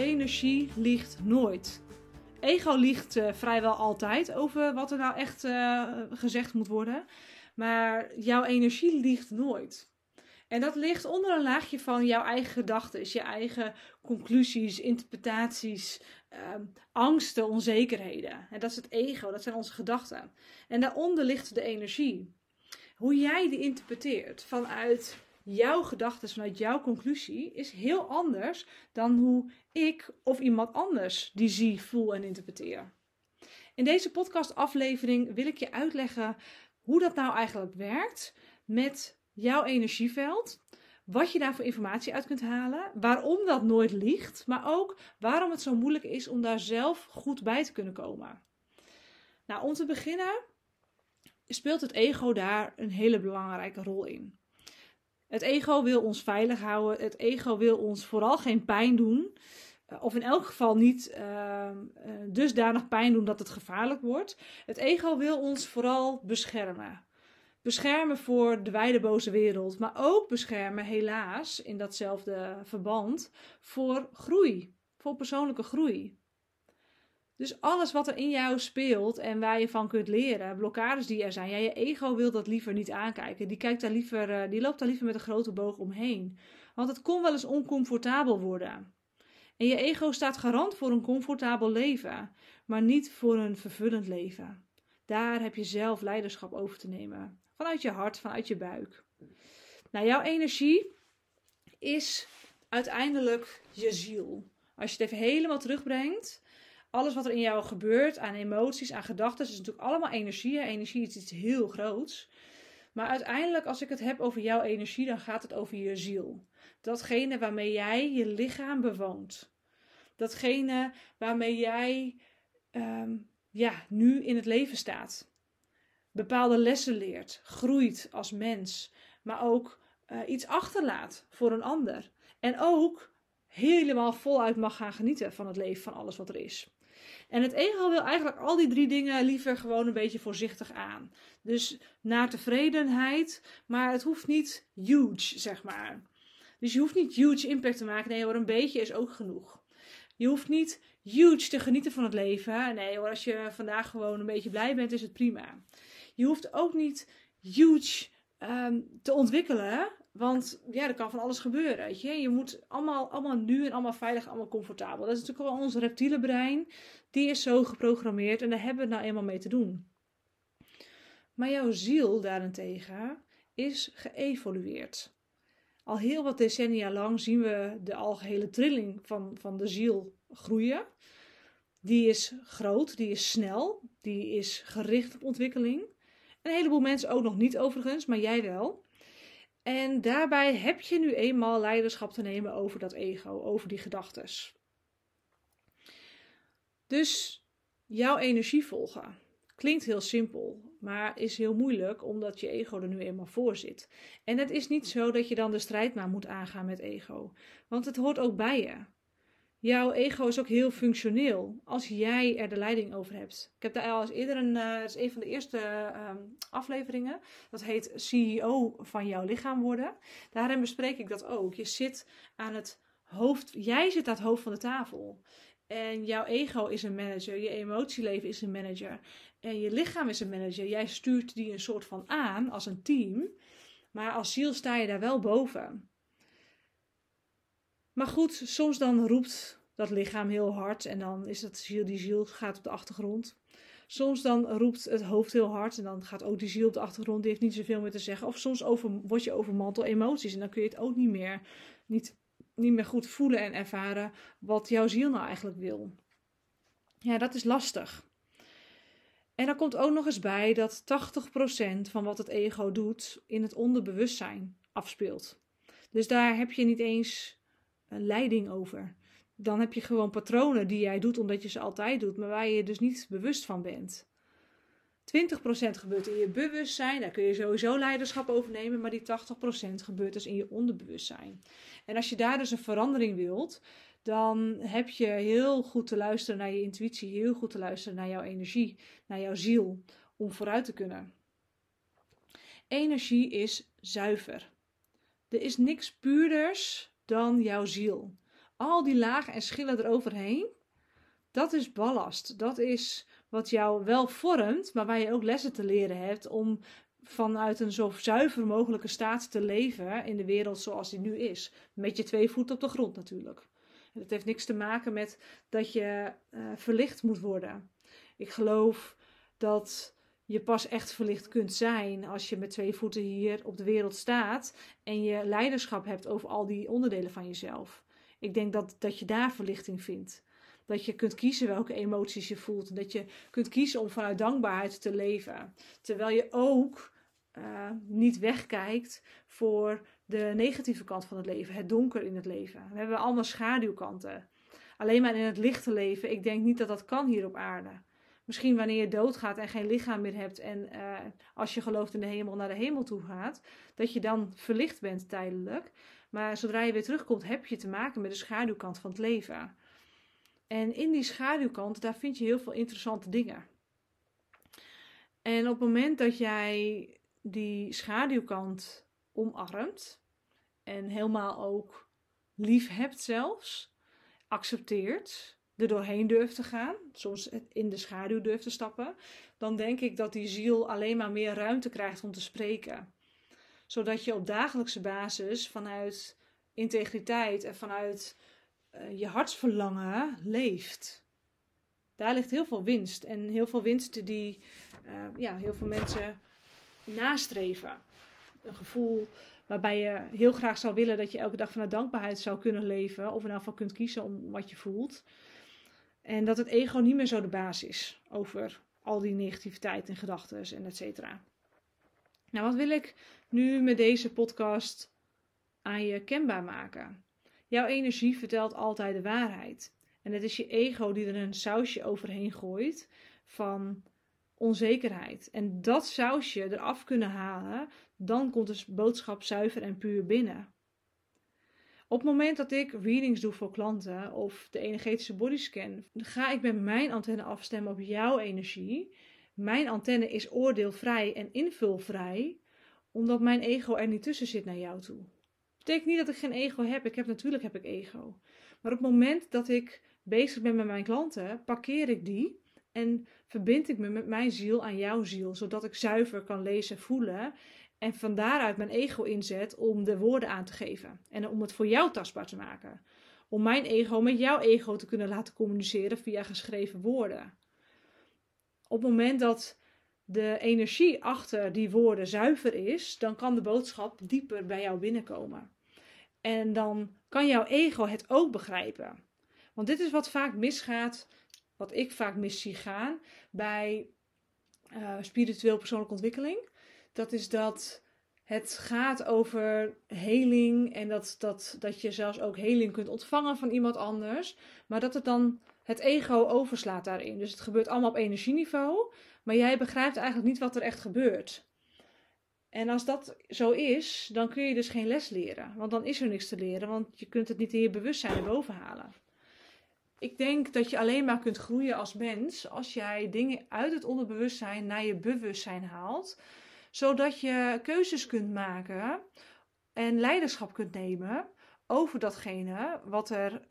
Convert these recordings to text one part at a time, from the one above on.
energie liegt nooit. Ego liegt vrijwel altijd over wat er nou echt gezegd moet worden. Maar jouw energie liegt nooit. En dat ligt onder een laagje van jouw eigen gedachten, je eigen conclusies, interpretaties, angsten, onzekerheden. En dat is het ego, dat zijn onze gedachten. En daaronder ligt de energie. Hoe jij die interpreteert vanuit jouw gedachten, vanuit jouw conclusie, is heel anders dan hoe ik of iemand anders die zie, voel en interpreteer. In deze podcastaflevering wil ik je uitleggen hoe dat nou eigenlijk werkt met jouw energieveld. Wat je daar voor informatie uit kunt halen. Waarom dat nooit liegt. Maar ook waarom het zo moeilijk is om daar zelf goed bij te kunnen komen. Nou, om te beginnen speelt het ego daar een hele belangrijke rol in. Het ego wil ons veilig houden. Het ego wil ons vooral geen pijn doen. Of in elk geval niet dusdanig pijn doen dat het gevaarlijk wordt. Het ego wil ons vooral beschermen. Beschermen voor de wijde boze wereld. Maar ook beschermen helaas in datzelfde verband voor groei. Voor persoonlijke groei. Dus alles wat er in jou speelt en waar je van kunt leren, blokkades die er zijn. Ja, je ego wil dat liever niet aankijken. Die loopt daar liever met een grote boog omheen. Want het kon wel eens oncomfortabel worden. En je ego staat garant voor een comfortabel leven. Maar niet voor een vervullend leven. Daar heb je zelf leiderschap over te nemen. Vanuit je hart, vanuit je buik. Nou, jouw energie is uiteindelijk je ziel. Als je het even helemaal terugbrengt. Alles wat er in jou gebeurt, aan emoties, aan gedachten, is natuurlijk allemaal energie. Energie is iets heel groots. Maar uiteindelijk, als ik het heb over jouw energie, dan gaat het over je ziel. Datgene waarmee jij je lichaam bewoont. Datgene waarmee jij nu in het leven staat. Bepaalde lessen leert, groeit als mens. Maar ook iets achterlaat voor een ander. En ook helemaal voluit mag gaan genieten van het leven, van alles wat er is. En het ego wil eigenlijk al die 3 dingen liever gewoon een beetje voorzichtig aan. Dus naar tevredenheid, maar het hoeft niet huge, zeg maar. Dus je hoeft niet huge impact te maken. Nee hoor, een beetje is ook genoeg. Je hoeft niet huge te genieten van het leven. Nee hoor, als je vandaag gewoon een beetje blij bent, is het prima. Je hoeft ook niet huge te ontwikkelen. Want ja, er kan van alles gebeuren, weet je. Je moet allemaal nu en allemaal veilig, allemaal comfortabel. Dat is natuurlijk wel ons reptiele brein. Die is zo geprogrammeerd en daar hebben we het nou eenmaal mee te doen. Maar jouw ziel daarentegen is geëvolueerd. Al heel wat decennia lang zien we de algehele trilling van de ziel groeien. Die is groot, die is snel, die is gericht op ontwikkeling. Een heleboel mensen ook nog niet overigens, maar jij wel. En daarbij heb je nu eenmaal leiderschap te nemen over dat ego, over die gedachtes. Dus jouw energie volgen klinkt heel simpel, maar is heel moeilijk omdat je ego er nu eenmaal voor zit. En het is niet zo dat je dan de strijd maar moet aangaan met ego, want het hoort ook bij je. Jouw ego is ook heel functioneel als jij er de leiding over hebt. Ik heb daar al eens eerder het is een van de eerste afleveringen. Dat heet CEO van jouw lichaam worden. Daarin bespreek ik dat ook. Je zit aan het hoofd, jij zit aan het hoofd van de tafel. En jouw ego is een manager, je emotieleven is een manager. En je lichaam is een manager. Jij stuurt die een soort van aan als een team. Maar als ziel sta je daar wel boven. Maar goed, soms dan roept dat lichaam heel hard en dan is dat die ziel gaat op de achtergrond. Soms dan roept het hoofd heel hard en dan gaat ook die ziel op de achtergrond, die heeft niet zoveel meer te zeggen. Of soms word je overmanteld emoties en dan kun je het ook niet meer goed voelen en ervaren wat jouw ziel nou eigenlijk wil. Ja, dat is lastig. En dan komt ook nog eens bij dat 80% van wat het ego doet in het onderbewustzijn afspeelt. Dus daar heb je niet eens leiding over. Dan heb je gewoon patronen die jij doet omdat je ze altijd doet, maar waar je dus niet bewust van bent. 20% gebeurt in je bewustzijn, daar kun je sowieso leiderschap over nemen, maar die 80% gebeurt dus in je onderbewustzijn. En als je daar dus een verandering wilt, dan heb je heel goed te luisteren naar je intuïtie, heel goed te luisteren naar jouw energie, naar jouw ziel, om vooruit te kunnen. Energie is zuiver. Er is niks puurders dan jouw ziel. al die lagen en schillen eroverheen, dat is ballast. Dat is wat jou wel vormt, maar waar je ook lessen te leren hebt om vanuit een zo zuiver mogelijke staat te leven in de wereld zoals die nu is. Met je 2 voeten op de grond natuurlijk. En dat heeft niks te maken met dat je verlicht moet worden. Ik geloof dat je pas echt verlicht kunt zijn als je met 2 voeten hier op de wereld staat en je leiderschap hebt over al die onderdelen van jezelf. Ik denk dat je daar verlichting vindt. Dat je kunt kiezen welke emoties je voelt. En dat je kunt kiezen om vanuit dankbaarheid te leven. Terwijl je ook niet wegkijkt voor de negatieve kant van het leven. Het donker in het leven. We hebben allemaal schaduwkanten. Alleen maar in het licht te leven. Ik denk niet dat dat kan hier op aarde. Misschien wanneer je doodgaat en geen lichaam meer hebt. En als je gelooft in de hemel naar de hemel toe gaat. Dat je dan verlicht bent tijdelijk. Maar zodra je weer terugkomt heb je te maken met de schaduwkant van het leven. En in die schaduwkant, daar vind je heel veel interessante dingen. En op het moment dat jij die schaduwkant omarmt en helemaal ook lief hebt zelfs, accepteert, er doorheen durft te gaan, soms in de schaduw durft te stappen, dan denk ik dat die ziel alleen maar meer ruimte krijgt om te spreken. Zodat je op dagelijkse basis vanuit integriteit en vanuit je hartsverlangen leeft. Daar ligt heel veel winst. En heel veel winsten die heel veel mensen nastreven. Een gevoel waarbij je heel graag zou willen dat je elke dag vanuit dankbaarheid zou kunnen leven. Of in elk geval kunt kiezen om wat je voelt. En dat het ego niet meer zo de baas is over al die negativiteit en gedachten en et cetera. Nou, wat wil ik nu met deze podcast aan je kenbaar maken? Jouw energie vertelt altijd de waarheid. En het is je ego die er een sausje overheen gooit van onzekerheid. En dat sausje eraf kunnen halen, dan komt de boodschap zuiver en puur binnen. Op het moment dat ik readings doe voor klanten of de energetische bodyscan, ga ik met mijn antenne afstemmen op jouw energie. Mijn antenne is oordeelvrij en invulvrij, omdat mijn ego er niet tussen zit naar jou toe. Dat betekent niet dat ik geen ego heb. Natuurlijk heb ik ego. Maar op het moment dat ik bezig ben met mijn klanten, parkeer ik die en verbind ik me met mijn ziel aan jouw ziel, zodat ik zuiver kan lezen, voelen en van daaruit mijn ego inzet om de woorden aan te geven en om het voor jou tastbaar te maken. Om mijn ego met jouw ego te kunnen laten communiceren via geschreven woorden. Op het moment dat de energie achter die woorden zuiver is, dan kan de boodschap dieper bij jou binnenkomen. En dan kan jouw ego het ook begrijpen. Want dit is wat vaak misgaat, wat ik vaak mis zie gaan bij spiritueel persoonlijke ontwikkeling. Dat is dat het gaat over heling en dat je zelfs ook heling kunt ontvangen van iemand anders. Maar dat het dan het ego overslaat daarin. Dus het gebeurt allemaal op energieniveau, maar jij begrijpt eigenlijk niet wat er echt gebeurt. En als dat zo is, dan kun je dus geen les leren. Want dan is er niks te leren, want je kunt het niet in je bewustzijn erboven halen. Ik denk dat je alleen maar kunt groeien als mens als jij dingen uit het onderbewustzijn naar je bewustzijn haalt. Zodat je keuzes kunt maken en leiderschap kunt nemen over datgene wat er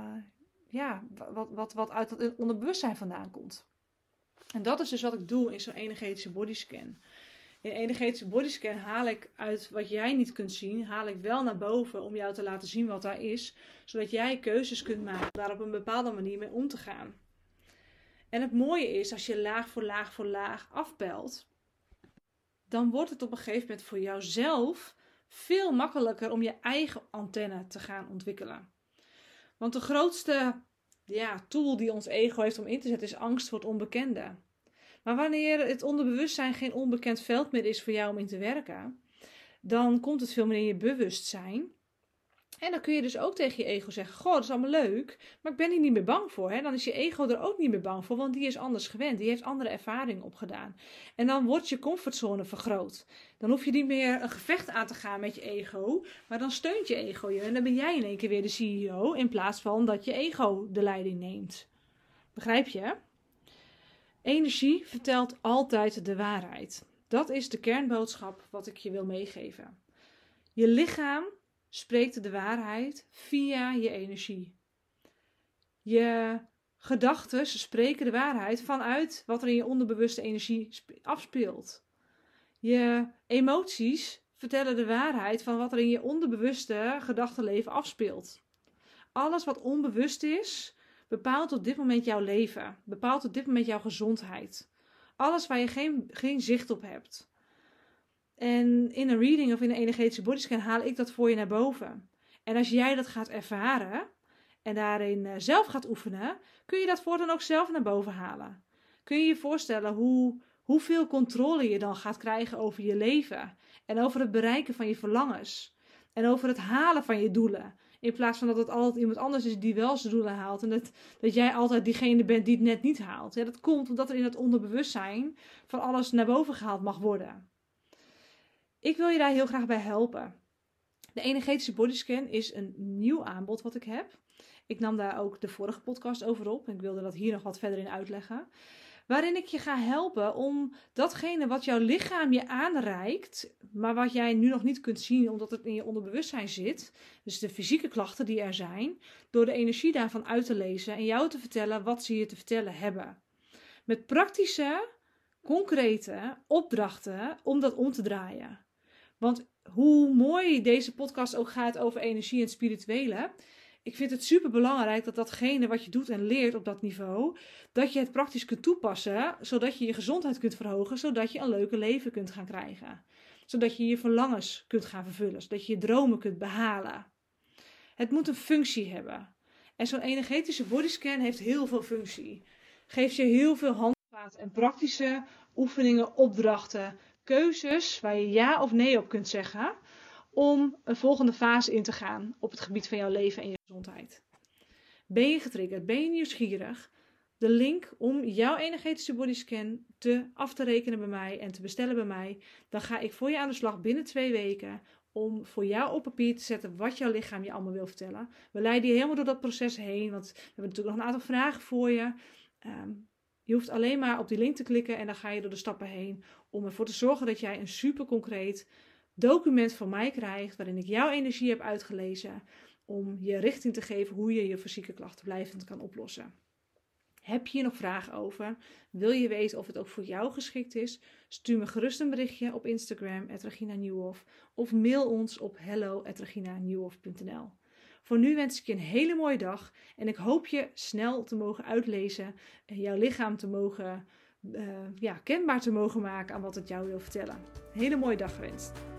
wat uit het onderbewustzijn vandaan komt. En dat is dus wat ik doe in zo'n energetische bodyscan. In een energetische bodyscan haal ik uit wat jij niet kunt zien, haal ik wel naar boven om jou te laten zien wat daar is. Zodat jij keuzes kunt maken om daar op een bepaalde manier mee om te gaan. En het mooie is, als je laag voor laag voor laag afpelt, dan wordt het op een gegeven moment voor jouzelf veel makkelijker om je eigen antenne te gaan ontwikkelen. Want de grootste tool die ons ego heeft om in te zetten is angst voor het onbekende. Maar wanneer het onderbewustzijn geen onbekend veld meer is voor jou om in te werken, dan komt het veel meer in je bewustzijn. En dan kun je dus ook tegen je ego zeggen, goh, dat is allemaal leuk, maar ik ben hier niet meer bang voor. Dan is je ego er ook niet meer bang voor, want die is anders gewend. Die heeft andere ervaringen opgedaan. En dan wordt je comfortzone vergroot. Dan hoef je niet meer een gevecht aan te gaan met je ego, maar dan steunt je ego je. En dan ben jij in één keer weer de CEO, in plaats van dat je ego de leiding neemt. Begrijp je? Energie vertelt altijd de waarheid. Dat is de kernboodschap wat ik je wil meegeven. Je lichaam spreekt de waarheid via je energie. Je gedachten spreken de waarheid vanuit wat er in je onderbewuste energie afspeelt. Je emoties vertellen de waarheid van wat er in je onderbewuste gedachtenleven afspeelt. Alles wat onbewust is, bepaalt op dit moment jouw leven. Bepaalt op dit moment jouw gezondheid. Alles waar je geen zicht op hebt. En in een reading of in een energetische bodyscan haal ik dat voor je naar boven. En als jij dat gaat ervaren en daarin zelf gaat oefenen, kun je dat voortaan ook zelf naar boven halen. Kun je je voorstellen hoeveel controle je dan gaat krijgen over je leven. En over het bereiken van je verlangens. En over het halen van je doelen. In plaats van dat het altijd iemand anders is die wel zijn doelen haalt. En dat jij altijd diegene bent die het net niet haalt. Ja, dat komt omdat er in het onderbewustzijn van alles naar boven gehaald mag worden. Ik wil je daar heel graag bij helpen. De energetische bodyscan is een nieuw aanbod wat ik heb. Ik nam daar ook de vorige podcast over op. En ik wilde dat hier nog wat verder in uitleggen. Waarin ik je ga helpen om datgene wat jouw lichaam je aanreikt, maar wat jij nu nog niet kunt zien omdat het in je onderbewustzijn zit, dus de fysieke klachten die er zijn, door de energie daarvan uit te lezen en jou te vertellen wat ze je te vertellen hebben. Met praktische, concrete opdrachten om dat om te draaien. Want hoe mooi deze podcast ook gaat over energie en het spirituele, ik vind het super belangrijk dat datgene wat je doet en leert op dat niveau, dat je het praktisch kunt toepassen, zodat je je gezondheid kunt verhogen, zodat je een leuke leven kunt gaan krijgen. Zodat je je verlangens kunt gaan vervullen, zodat je je dromen kunt behalen. Het moet een functie hebben. En zo'n energetische bodyscan heeft heel veel functie. Geeft je heel veel handvaten en praktische oefeningen, opdrachten, keuzes waar je ja of nee op kunt zeggen, om een volgende fase in te gaan op het gebied van jouw leven en je gezondheid. Ben je getriggerd? Ben je nieuwsgierig? De link om jouw energetische bodyscan af te rekenen bij mij en te bestellen bij mij, dan ga ik voor je aan de slag binnen 2 weken om voor jou op papier te zetten wat jouw lichaam je allemaal wil vertellen. We leiden je helemaal door dat proces heen, want we hebben natuurlijk nog een aantal vragen voor je. Je hoeft alleen maar op die link te klikken en dan ga je door de stappen heen om ervoor te zorgen dat jij een super concreet document van mij krijgt waarin ik jouw energie heb uitgelezen om je richting te geven hoe je je fysieke klachten blijvend kan oplossen. Heb je hier nog vragen over? Wil je weten of het ook voor jou geschikt is? Stuur me gerust een berichtje op Instagram @reginanieuwhof of mail ons op hello@reginanieuwhof.nl. Voor nu wens ik je een hele mooie dag en ik hoop je snel te mogen uitlezen en jouw lichaam te mogen kenbaar te mogen maken aan wat het jou wil vertellen. Een hele mooie dag gewenst.